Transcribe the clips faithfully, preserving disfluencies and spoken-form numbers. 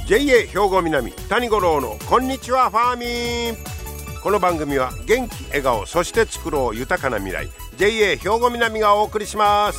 ジェイエー 兵庫南谷五郎のこんにちはファーミン。この番組は元気笑顔そして作ろう豊かな未来 ジェイエー 兵庫南がお送りします。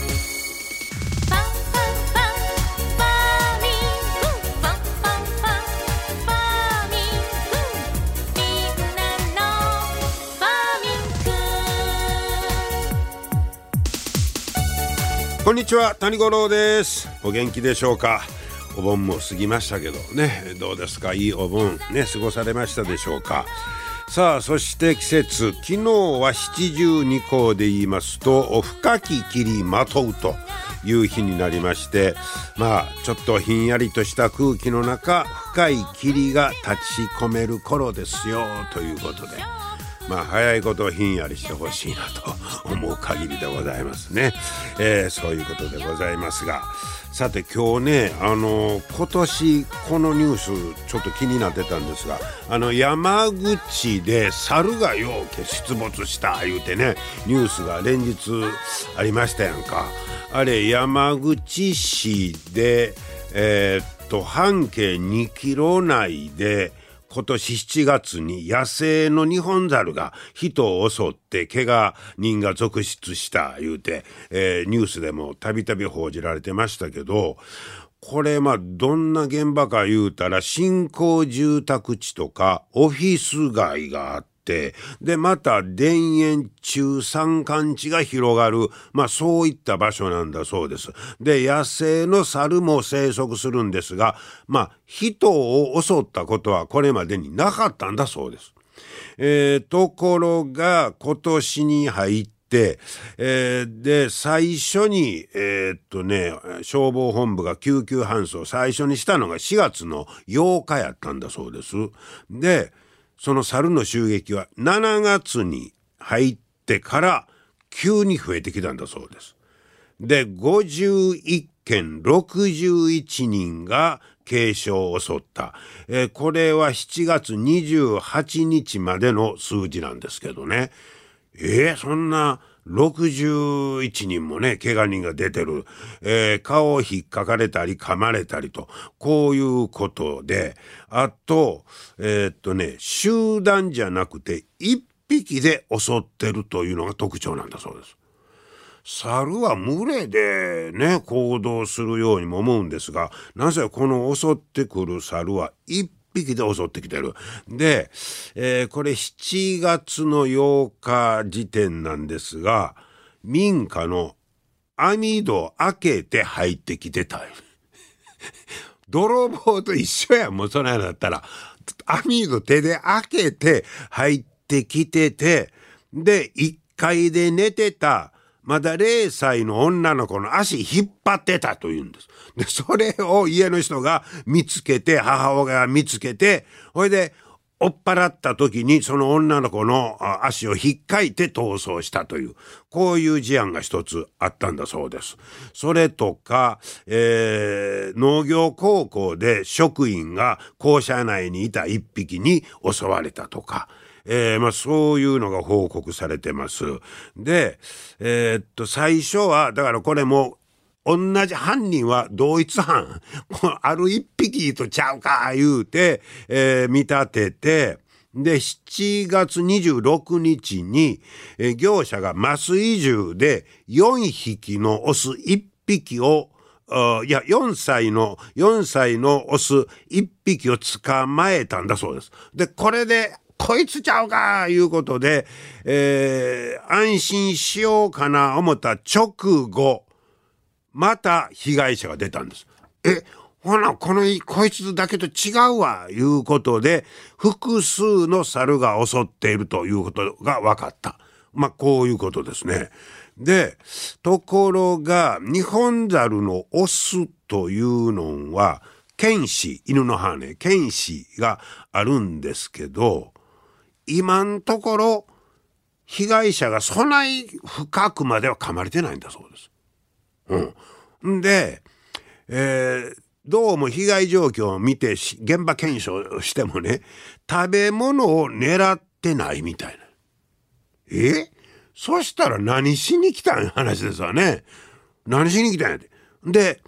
こんにちは谷五郎です。お元気でしょうか。お盆も過ぎましたけどね、どうですか、いいお盆ね過ごされましたでしょうか。さあ、そして季節、昨日は七十二候で言いますと深き霧まとうという日になりまして、まあちょっとひんやりとした空気の中、深い霧が立ち込める頃ですよということで、まあ早いことひんやりしてほしいなと思う限りでございますね、えー、そういうことでございますが、さて今日ね、あの今年このニュースちょっと気になってたんですが、あの山口で猿がようけ出没した言うてね、ニュースが連日ありましたやんか。あれ山口市でえー、っと半径にキロ内で今年しちがつに野生のニホンザルが人を襲って怪我人が続出した言うて、えー、ニュースでもたびたび報じられてましたけど、これまあどんな現場か言うたら、新興住宅地とかオフィス街があって、でまた田園中山間地が広がる、まあそういった場所なんだそうです。で野生の猿も生息するんですが、まあ人を襲ったことはこれまでになかったんだそうです。えー、ところが今年に入ってえー、で最初にえー、っとね消防本部が救急搬送最初にしたのがしがつのようかやったんだそうです。でその猿の襲撃はしちがつに入ってから急に増えてきたんだそうです。でごじゅういっけんろくじゅういちにんが軽傷を襲った、えー、これはしちがつにじゅうはちにちまでの数字なんですけどね。えー、そんなろくじゅういちにんもね怪我人が出てる、えー、顔を引っかかれたり噛まれたりと、こういうことで、あとえー、っとね集団じゃなくて一匹で襲ってるというのが特徴なんだそうです。猿は群れでね行動するようにも思うんですが、なぜこの襲ってくる猿は一匹で襲ってきてる。で、えー、これしちがつのようか時点なんですが、民家の網戸開けて入ってきてた泥棒と一緒やん。もうそんなのだったら網戸手で開けて入ってきてて、でいっかいで寝てたまだれいさいの女の子の足引っ張ってたというんです。でそれを家の人が見つけて、母親が見つけて、それで追っ払った時にその女の子の足を引っかいて逃走したという、こういう事案が一つあったんだそうです。それとか、えー、農業高校で職員が校舎内にいた一匹に襲われたとか、えーまあ、そういうのが報告されてます。で、えー、っと最初はだからこれも同じ犯人は同一犯ある一匹とちゃうか言うて、えー、見立てて、でしちがつにじゅうろくにちに、えー、業者が麻酔銃でよんひきのオスいっぴきをいやよんさいのよんさいのオスいっぴきを捕まえたんだそうです。でこれでこいつちゃうかいうことで、えー、安心しようかな思った直後、また被害者が出たんです。え、ほなこのこいつだけと違うわいうことで、複数の猿が襲っているということが分かった。まあこういうことですね。でところがニホンザルのオスというのは犬歯、犬の歯ね、犬歯があるんですけど、今のところ被害者がそない深くまでは噛まれてないんだそうです。うん。で、えー、どうも被害状況を見て現場検証してもね、食べ物を狙ってないみたいな。え？そしたら何しに来たん話ですわね。何しに来たんやで。で、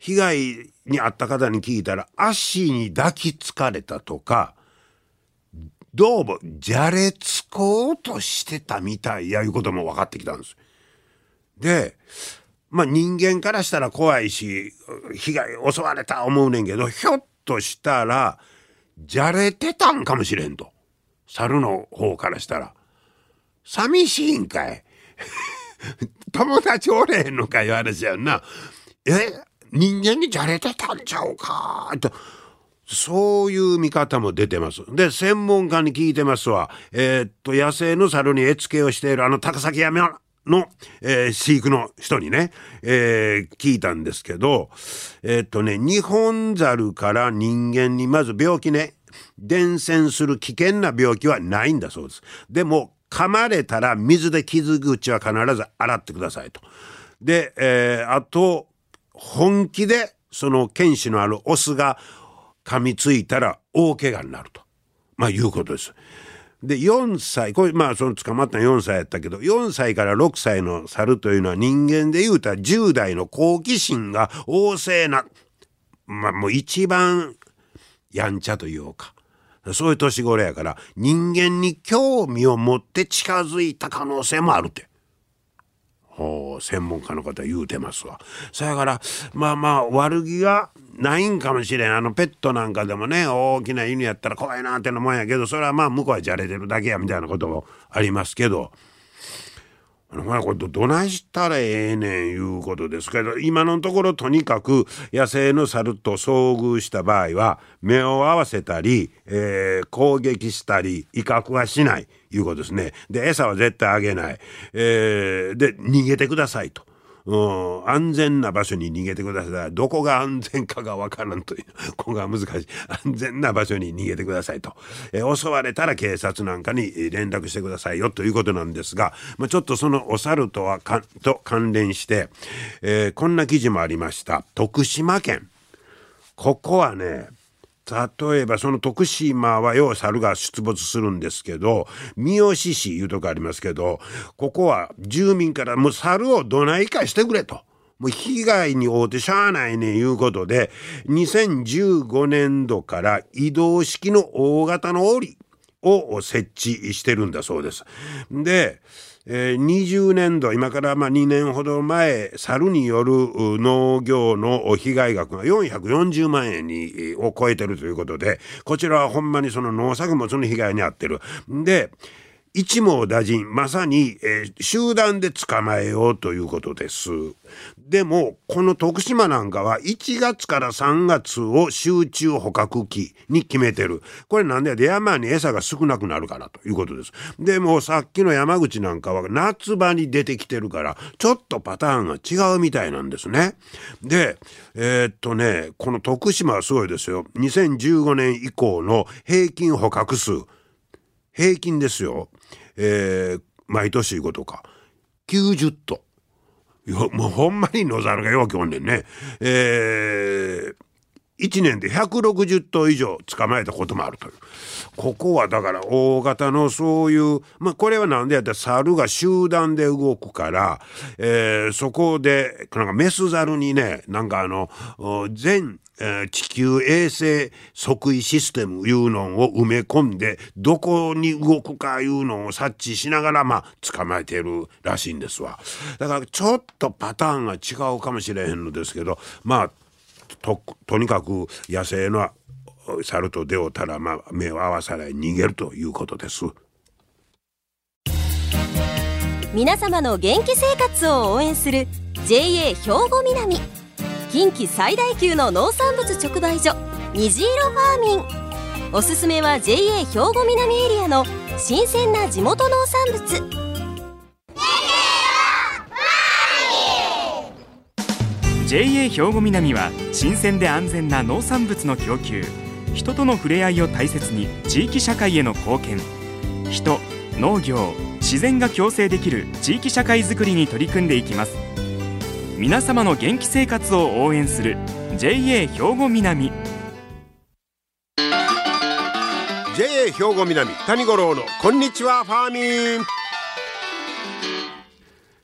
被害に遭った方に聞いたら、足に抱きつかれたとか、どうもじゃれつこうとしてたみたいやいうことも分かってきたんです。で、まあ人間からしたら怖いし、被害襲われた思うねんけど、ひょっとしたらじゃれてたんかもしれんと、猿の方からしたら。寂しいんかい友達おれへんのかいう話やんな。え、人間にじゃれてたんちゃうかと、そういう見方も出てます。で、専門家に聞いてますわ。えー、っと野生の猿に絵付けをしているあの高崎山の、えー、飼育の人にね、えー、聞いたんですけど、えー、っとねニホンザルから人間にまず病気ね、伝染する危険な病気はないんだそうです。でも噛まれたら水で傷口は必ず洗ってくださいと。で、えー、あと本気でその犬歯のあるオスが噛みついたら大怪我になると、まあいうことです。でよんさい、これまあその捕まったのよんさいやったけど、よんさいからろくさいの猿というのは人間でいうたらじゅう代の好奇心が旺盛な、まあもう一番やんちゃというか、そういう年頃やから人間に興味を持って近づいた可能性もあるって、ほう専門家の方言うてますわ。そやからまあまあ悪気がないんかもしれん。あのペットなんかでもね、大きな犬やったら怖いなってのもんやけど、それはまあ向こうはじゃれてるだけやみたいなこともありますけど、これ ど, どないしたらええねんいうことですけど、今のところとにかく野生の猿と遭遇した場合は目を合わせたり、えー、攻撃したり威嚇はしないいうことですね。で餌は絶対あげない、えー、で逃げてくださいと。うん、安全な場所に逃げてください。どこが安全かがわからんという、ここが難しい。安全な場所に逃げてくださいと、えー、襲われたら警察なんかに連絡してくださいよということなんですが、まあ、ちょっとそのお猿とはかと関連して、えー、こんな記事もありました。徳島県、ここはね、例えばその徳島はよう猿が出没するんですけど、三好市いうとこありますけど、ここは住民からもう猿をどないかしてくれと、もう被害に遭うてしゃあないねんいうことで、にせんじゅうごねんどから移動式の大型の檻を設置してるんだそうです。で、えー、にじゅうねんど、今からまあにねんほど前、猿による農業の被害額がよんひゃくよんじゅうまんえんにを超えてるということで、こちらはほんまにその農作物の被害に遭ってる。で一網打尽、まさに、えー、集団で捕まえようということです。でもこの徳島なんかはいちがつからさんがつを集中捕獲期に決めてる。これなんでで山に餌が少なくなるからということです。でもさっきの山口なんかは夏場に出てきてるからちょっとパターンが違うみたいなんですね。でえー、っとねこの徳島はすごいですよ。にせんじゅうごねん以降の平均捕獲数、平均ですよ、えー、毎年ごとかきゅうじゅっとう。もうほんまに野猿がよくおんねんね。えー、いちねんでひゃくろくじゅっとう以上捕まえたこともあるという。ここはだから大型のそういう、まあこれはなんでやったら猿が集団で動くから、えー、そこでなんかメス猿にね、なんかあの全えー、地球衛星測位システムいうのを埋め込んでどこに動くかいうのを察知しながらまあ捕まえているらしいんですわ。だからちょっとパターンが違うかもしれへんのですけど、まあ と, とにかく野生の猿と出会うたら、まあ、目を合わさない逃げるということです。 皆様の元気生活を応援する ジェイエー 兵庫南、近畿最大級の農産物直売所虹色ファーミン。おすすめは ジェイエー 兵庫南エリアの新鮮な地元農産物。 ジェイエー 兵庫南は新鮮で安全な農産物の供給、人との触れ合いを大切に地域社会への貢献、人、農業、自然が共生できる地域社会づくりに取り組んでいきます。皆様の元気生活を応援する ジェイエー 兵庫南。 ジェイエー 兵庫南谷五郎のこんにちはファーミン。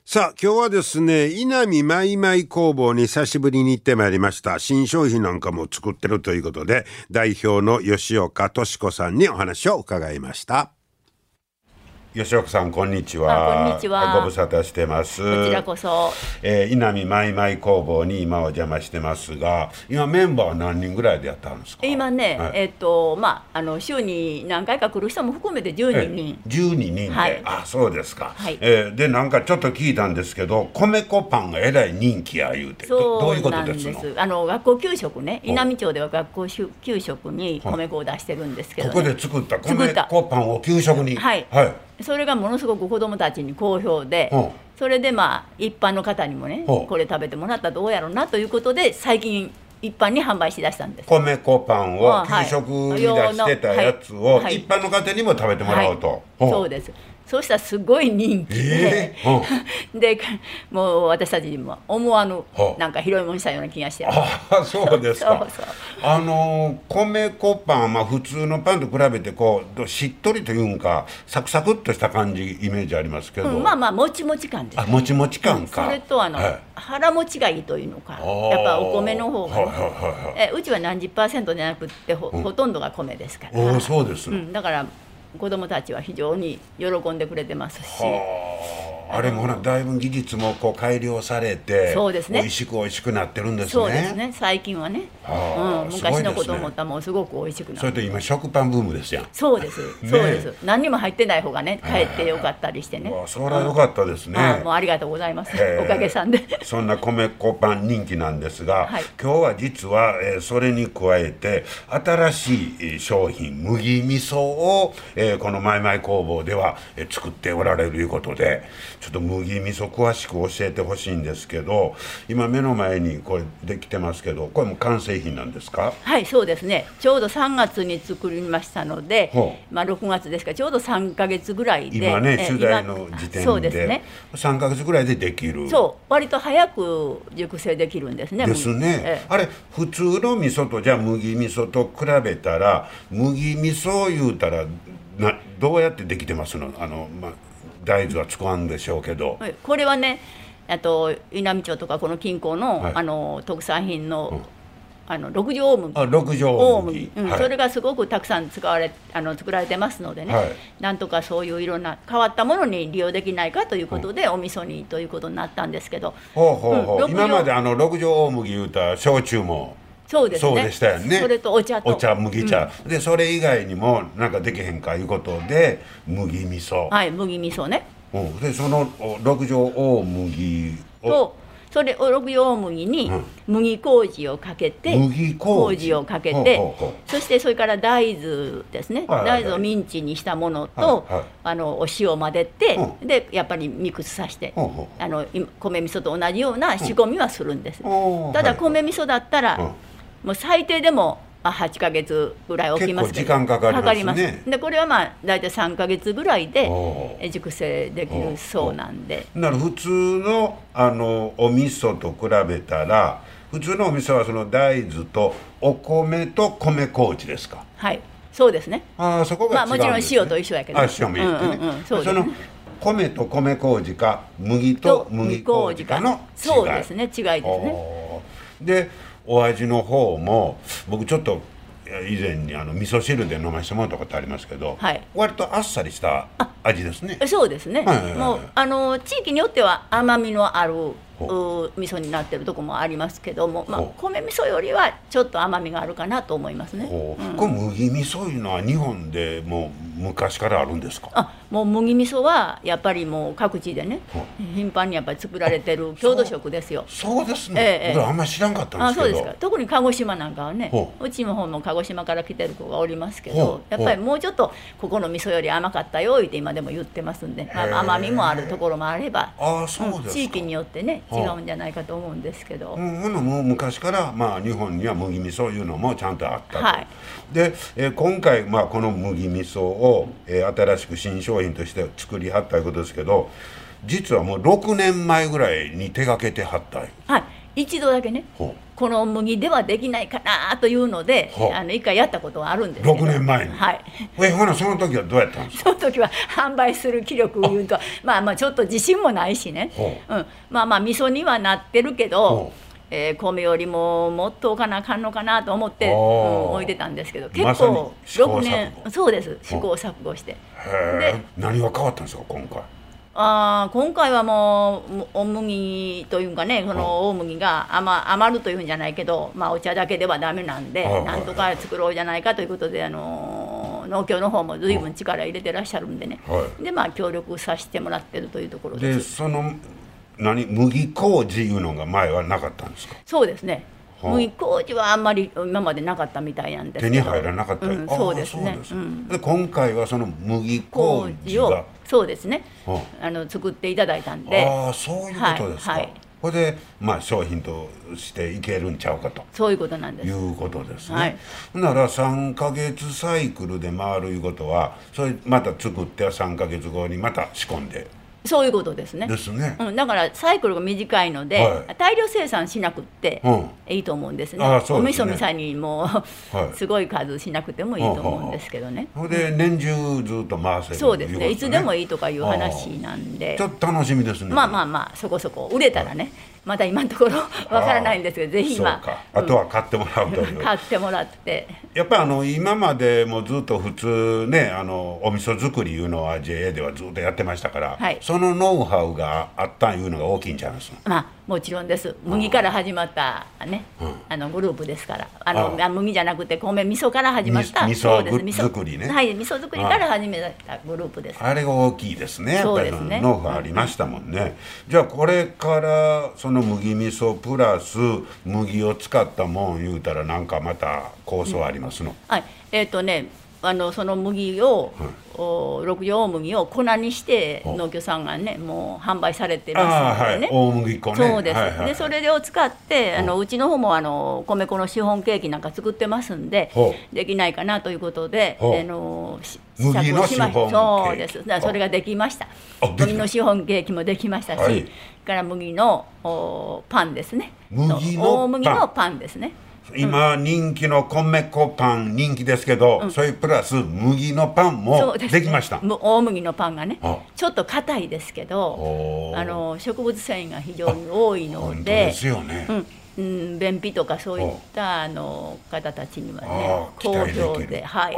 さあ今日はですね、稲見マイマイ工房に久しぶりに行ってまいりました。新商品なんかも作ってるということで、代表の吉岡敏子さんにお話を伺いました。吉岡さんこんにちは。 こんにちは。 ご無沙汰してます。 こちらこそ、 えー、稲見マイマイ工房に今お邪魔してますが、今メンバーは何人ぐらいでやったんですか？ 今ね、 はい、 えっとまああの週に何回か来る人も含めてじゅうににん。 じゅうににんで、はい、あ、そうですか。 はい、 えー、でなんかちょっと聞いたんですけど、米粉パンがえらい人気や言うて、ど, どういうことですの？ あの学校給食ね、稲美町では学校給食に米粉を出してるんですけど、ね、 ここで作った米粉パンを給食に、 はい、はい、それがものすごく子どもたちに好評で、うん、それでまあ一般の方にもね、うん、これ食べてもらったらどうやろうなということで最近一般に販売しだしたんです。 米粉パンを給食に出してたやつを一般の方にも食べてもらおうと、 はいはい、そうです。そうしたらすごい人気で、えーうん、でもう私たちにも思わぬなんか広いものにしたような気がしてます。 あ、そうですか。そうそう、あの米粉パン、まあ、普通のパンと比べてこうしっとりというんかサクサクっとした感じイメージありますけど、 うん、まあまあもちもち感です、ね、 あ、もちもち感か、 うん、それとあの、はい、腹持ちがいいというのか、やっぱお米の方が、ね、はいはいはいはい、えうちは何十パーセントじゃなくって ほ,、うん、ほとんどが米ですから、 お、そうです、うん、 だから子どもたちは非常に喜んでくれてますし、 あれもなだいぶ技術もこう改良されて、 そうですね、 美味しく美味しくなってるんですね。 そうですね、最近はね、うん、昔のこと思ったらもうすごく美味しくなる。 それと今食パンブームですやん。 そうです、ね、そうです。何にも入ってない方がねかえってよかったりしてね、 それはよかったですね。 あ、もうありがとうございます、おかげさんで。 そんな米粉パン人気なんですが、はい、今日は実は、えー、それに加えて新しい商品麦味噌を、えー、このマイマイ工房では、えー、作っておられるということで、ちょっと麦味噌詳しく教えてほしいんですけど、今目の前にこれできてますけど、これも完成品なんですか？ はい、そうですね。ちょうどさんがつに作りましたので、まあ、ろくがつですからちょうどさんかげつぐらいで、 今ね取材の時点で、そうですね、さんかげつぐらいでできる。 そう、割と早く熟成できるんですね。 ですね、ええ、あれ普通の味噌とじゃあ麦味噌と比べたら、麦味噌言うたらなどうやってできてますの？あの、まあ、大豆は使うんでしょうけど、 これはね、あと稲美町とかこの近郊の、はい、あの特産品の、うん、あの六条大麦、 あ、六条大麦、 うん、はい、それがすごくたくさん使われあの作られてますのでね、はい、なんとかそういういろんな変わったものに利用できないかということで、うん、お味噌にということになったんですけど、 ほうほうほう、うん、今まであの六条大麦言うた焼酎もそうですね、 そうでしたよね。 それとお茶とお茶、麦茶、うん、でそれ以外にもなんかできへんかいうことで麦味噌、 はい、麦味噌ね、 うん、でその六条大麦をとそれを六条大麦に麦麹をかけて、うん、麦麹をかけて、ほうほうほう、そしてそれから大豆ですね、はいはいはい、大豆をミンチにしたものと、はいはい、あのお塩を混ぜて、うん、でやっぱりミックスさせて、ほうほう、あの米味噌と同じような仕込みはするんです、うん、ただ米味噌だったら、はいはい、もう最低でもはちかげつぐらい置きますけど、 結構時間かかりますね。かかります。 でこれはまあ大体さんかげつぐらいで熟成できるそうなんで、 なる普通のあのお味噌と比べたら、普通のお味噌はその大豆とお米と米麹ですか？ はい、そうですね。 あ、そこが違うんですね。 まあもちろん塩と一緒やけど、 あ、塩もいいってね、うんうんうん、そうですね。その米と米麹か麦と麦麹かの違い。 そうですね、違いですね。 でお味の方も僕ちょっと以前にあの味噌汁で飲ませてもらったことありますけど、はい、割とあっさりした味ですね。 そうですね、はいはいはい、もうあの地域によっては甘みのある味噌になってるとこもありますけども、まあ、米味噌よりはちょっと甘みがあるかなと思いますね、うん、 これ麦味噌いうのは日本でもう昔からあるんですか？ あ、もう麦味噌はやっぱりもう各地でね、頻繁にやっぱり作られてる郷土食ですよ。 そ, そうですね、ええ、僕あんまり知らんかったんですけど。 あ、そうですか。特に鹿児島なんかはね、うちの方も鹿児島から来てる子がおりますけど、やっぱりもうちょっとここの味噌より甘かったよって今でも言ってますんで、甘みもあるところもあれば、 あ、そうですか、うん、 地域によってね違うんじゃないかと思うんですけど、 うん、もう昔から、まあ、日本には麦味噌いうのもちゃんとあったと、はい、で、えー、今回、まあ、この麦味噌を、えー、新しく新商品として作りはったということですけど、実はもうろくねんまえぐらいに手がけてはった。 はい、一度だけね、ここの麦ではできないかなというので、あの一回やったことがあるんですけど。 ろくねんまえに。 はい。 え、ほなその時はどうやったんですか。 その時は販売する気力を言うと、まあまあちょっと自信もないしね。うん。まあまあ味噌にはなってるけど、えー、米よりももっとおかなあかんのかなと思って、うん、置いてたんですけど、結構ろくねん、そうです、試行錯誤して。 で、何が変わったんですか今回。 あ今回はもうお麦というかね、この大麦が 余, 余るというんじゃないけど、まあ、お茶だけではダメなんで、なんとか作ろうじゃないかということで、あの農協の方も随分力入れてらっしゃるんでね、はい、でまあ協力させてもらってるというところです。 でその何麦麹いうのが前はなかったんですか。 そうですね、麦麹はあんまり今までなかったみたいなんですけど、 手に入らなかった、うん、 そうですね。 で、うん、で今回はその麦麹をそうですね、あの作っていただいたんで。 ああ、そういうことですか。はいはい、これで、まあ、商品としていけるんちゃうかと、 そういうことなんです。 いうことですね。はい、ならさんかげつサイクルで回るいうことは、それまた作ってさんかげつごにまた仕込んで。 そういうことですね。 ですね。 うん、だからサイクルが短いので、はい、大量生産しなくっていいと思うんですね。うん、ああ、そうですね。お味噌みさにも、はい、すごい数しなくてもいいと思うんですけどね。 それで年中ずっと回せる、ね、 そうですね。いつでもいいとかいう話なんで。 ちょっと楽しみですね。 まあまあまあそこそこ売れたらね。はい、まだ今のところわからないんですけど、ぜひ今、 そうか、あとは買ってもらうという、 買ってもらって、 やっぱりあの今までもずっと普通ね、あのお味噌作りいうのは ジェーエー ではずっとやってましたから、はい、そのノウハウがあったいうのが大きいんちゃいます。 まあもちろんです。麦から始まったね、うん、あのグループですから、あのあ麦じゃなくて米味噌から始まった味噌作りね、 はい、味噌作りから始めたグループです。 あれが大きいですね。やっぱりノウハウありましたもんね。うん、じゃあこれからその麦味噌プラス麦を使ったもん言うたらなんかまた構想ありますの。うん、 はい、えっ、ー、とね、あのその麦を、はい、六条大麦を粉にして農協さんがねもう販売されてますのでね、 はい、大麦粉ね。 そうです、はいはいはい、でそれを使ってあのうちの方もあの米粉のシフォンケーキなんか作ってますんでできないかなということで、あの麦のシフォンケーキ、 そうです。だからそれができました。麦のシフォンケーキもできましたし、はい、から麦のパンですね。 麦のパン、 大麦のパンですね。 今人気の米粉パン人気ですけど、うん、それプラス麦のパンもできました。 ね、大麦のパンがねちょっと硬いですけど、あの植物繊維が非常に多いので、本当ですよね。うんうん、便秘とかそういったあの方たちにはね好評で、はい、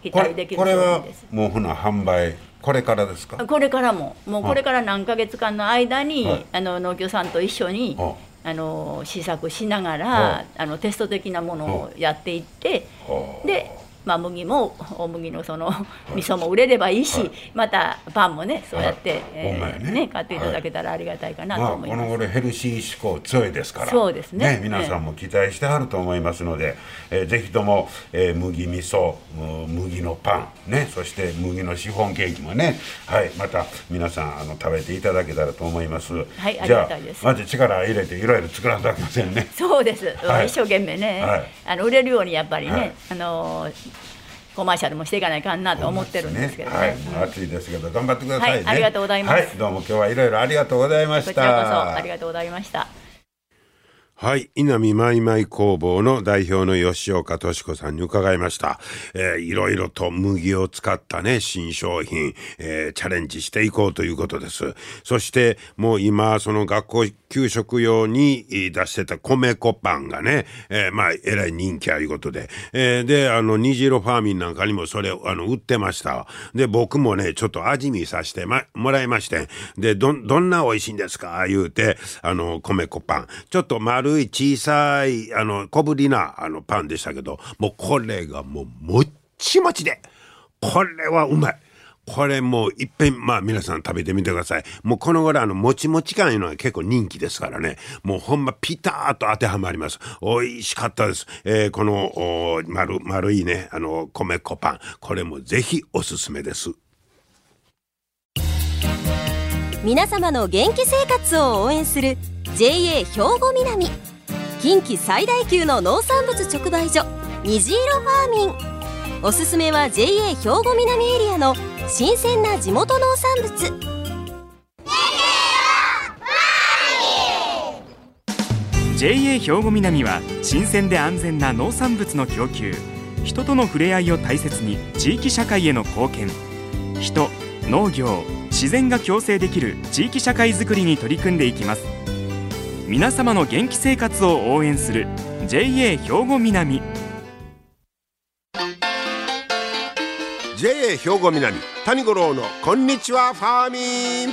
期待できる。 これはもうほな販売これからですか。 これからももうこれから何ヶ月間の間に、はい、あの農協さんと一緒にあの試作しながらあのテスト的なものをやっていってで、まあ、麦も大麦のその味噌も売れればいいし、はい、またパンもねそうやって、はいえーねね、買っていただけたらありがたいかなと思います。 まあ、この頃ヘルシー志向強いですからそうですね、 ね皆さんも期待してはると思いますので、えー、ぜひとも、えー、麦味噌麦のパン、ね、そして麦のシフォンケーキもね、はい、また皆さんあの食べていただけたらと思います。 はい、ありがたいです。 じゃあまず力入れていろいろ作らなきゃいけませんね。 そうです、はい、一生懸命ね、はい、あの売れるようにやっぱりね、はい、あのコマーシャルもしていかないかんなと思ってるんですけどね。はい、もう暑いですけど頑張ってくださいね。はい、 ありがとうございます。 はい、どうも今日はいろいろありがとうございました。 こちらこそありがとうございました。 はい、稲見マイマイ工房の代表の吉岡敏子さんに伺いました。えー、いろいろと麦を使ったね、新商品、えー、チャレンジしていこうということです。そして、もう今、その学校給食用に出してた米粉パンがね、えー、まあ、えらい人気あることで、えー、で、あの、虹色ファーミンなんかにもそれ、あの、売ってました。で、僕もね、ちょっと味見させて、ま、もらいまして、で、ど、どんな美味しいんですか言うて、あの、米粉パン。ちょっと丸軽い小さいあの小ぶりなあのパンでしたけど、もうこれがもうもっちもちで、これはうまい。これもういっぺんまあ皆さん食べてみてください。もうこの頃あのもちもち感いうのは結構人気ですからね、もうほんまピターと当てはまります。美味しかったです。えー、この丸丸いねあの米粉パン、これもぜひおすすめです。 皆様の元気生活を応援する ジェーエー 兵庫南、近畿最大級の農産物直売所虹色ファーミン。おすすめは ジェーエー 兵庫南エリアの新鮮な地元農産物。 ジェイエー 兵庫南は新鮮で安全な農産物の供給、人との触れ合いを大切に地域社会への貢献、人、農業、自然が共生できる地域社会づくりに取り組んでいきます。皆様の元気生活を応援する ジェイエー 兵庫南。 ジェイエー 兵庫南谷五郎のこんにちはファーミン。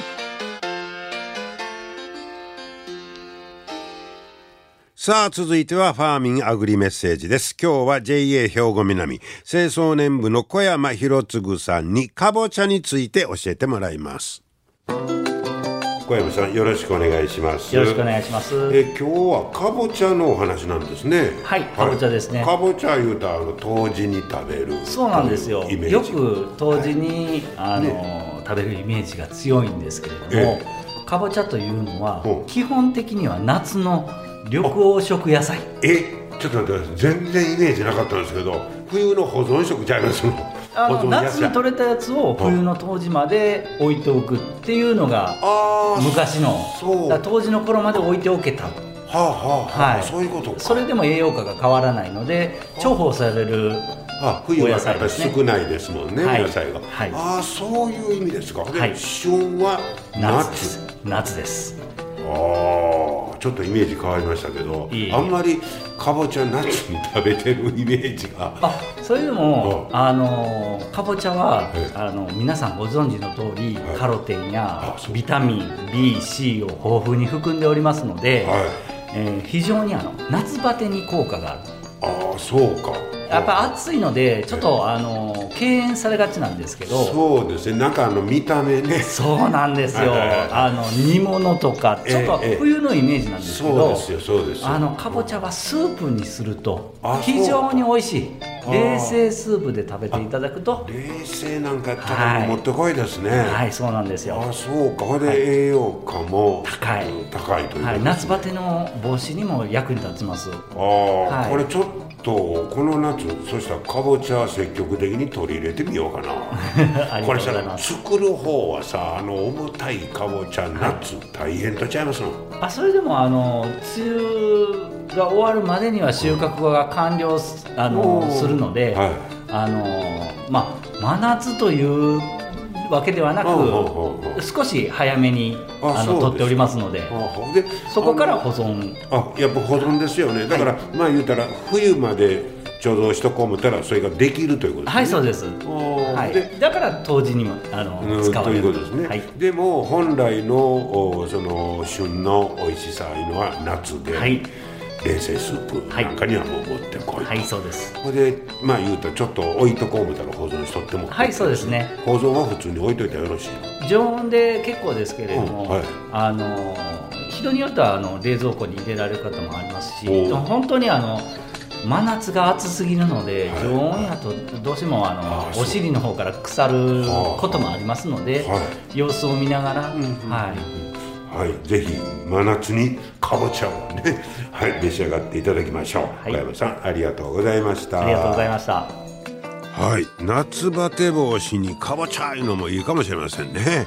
さあ続いてはファーミンアグリメッセージです。今日は ジェイエー 兵庫南清掃年部の小山博次さんにかぼちゃについて教えてもらいます。小山さんよろしくお願いします。 よろしくお願いします。 え今日はかぼちゃのお話なんですね。 はい、かぼちゃですね。 かぼちゃいうとあの冬至に食べる。 そうなんですよ。よく冬至に、はい、あの、ね、食べるイメージが強いんですけれども、ええ、かぼちゃというのは基本的には夏の緑黄色野菜。 えちょっと待ってください。全然イメージなかったんですけど、冬の保存食ちゃいますの。 あの夏に取れたやつを冬の冬至まで置いておくっていうのが昔のだ冬至の頃まで置いておけた、はあはあはあ、そういうことか。 それでも栄養価が変わらないので重宝される冬はやっぱり少ないですもんね、 はい、 野菜が、はい、ああそういう意味ですか。で、はい、旬は夏です。夏です。 ああちょっとイメージ変わりましたけど、いいあんまりかぼちゃ夏に食べてるイメージが。 あそれでもあのかぼちゃはあの皆さんご存知の通り、はい、カロテンやビタミン ビー、シー を豊富に含んでおりますので、はいえー、非常にあの夏バテに効果がある。 ああそうか。 やっぱ暑いのでちょっとあの敬遠されがちなんですけど。 そうですね。なんかあの見た目ね。 そうなんですよ。あの煮物とかちょっと冬のイメージなんですけど、 そうですよそうですよ。 あのかぼちゃはスープにすると非常に美味しい。冷製スープで食べていただくと。 冷製なんかやったらもってこいですね。 はい、はい、そうなんですよ。 あそうか。これで栄養価も高い、 うん、高いという、 はい、夏バテの防止にも役に立ちます。 あ、はい、これちょっとこの夏そしたらかぼちゃ積極的に取り入れてみようかな。これさ作る方はさあの重たいかぼちゃ夏、はい、大変とちゃいますの。 あそれでもあの梅雨が終わるまでには収穫が完了あのするので、はい、あのまあ真夏というわけではなく少し早めにあの取っておりますので、でそこから保存。 あやっぱ保存ですよね。だから、はい、まあ言うたら冬まで貯蔵しとこう思ったらそれができるということですね。 はいそうです、はい、でだから冬至にもあの使われるということですね、はい、でも本来のその旬の美味しさいうのは夏で、はい、冷製スープなんかにはもう持ってこいと。 はいそうです。 これでまあ言うとちょっと置いとこう思ったら保存しとっても。 はいそうですね。 保存は普通に置いといたらよろしいの。 常温で結構ですけれども、うんはい、あの人によってはあの冷蔵庫に入れられる方もありますし、本当にあの真夏が暑すぎるので、はい、常温やとどうしてもあのあお尻の方から腐ることもありますので、はい、様子を見ながら、うんうんはいはい、ぜひ真夏にかぼちゃをね、はい、召し上がっていただきましょう。はい、小山さんありがとうございました。 ありがとうございました。 はい、夏バテ防止にかぼちゃいうのもいいかもしれませんね。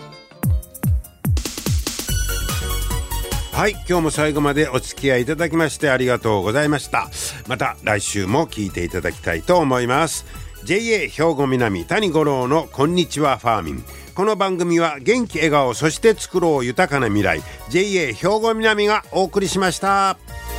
はい、今日も最後までお付き合いいただきましてありがとうございました。また来週も聞いていただきたいと思います。 ジェイエー 兵庫南谷五郎のこんにちはファーミン。この番組は元気笑顔そして作ろう豊かな未来 ジェイエー 兵庫南がお送りしました。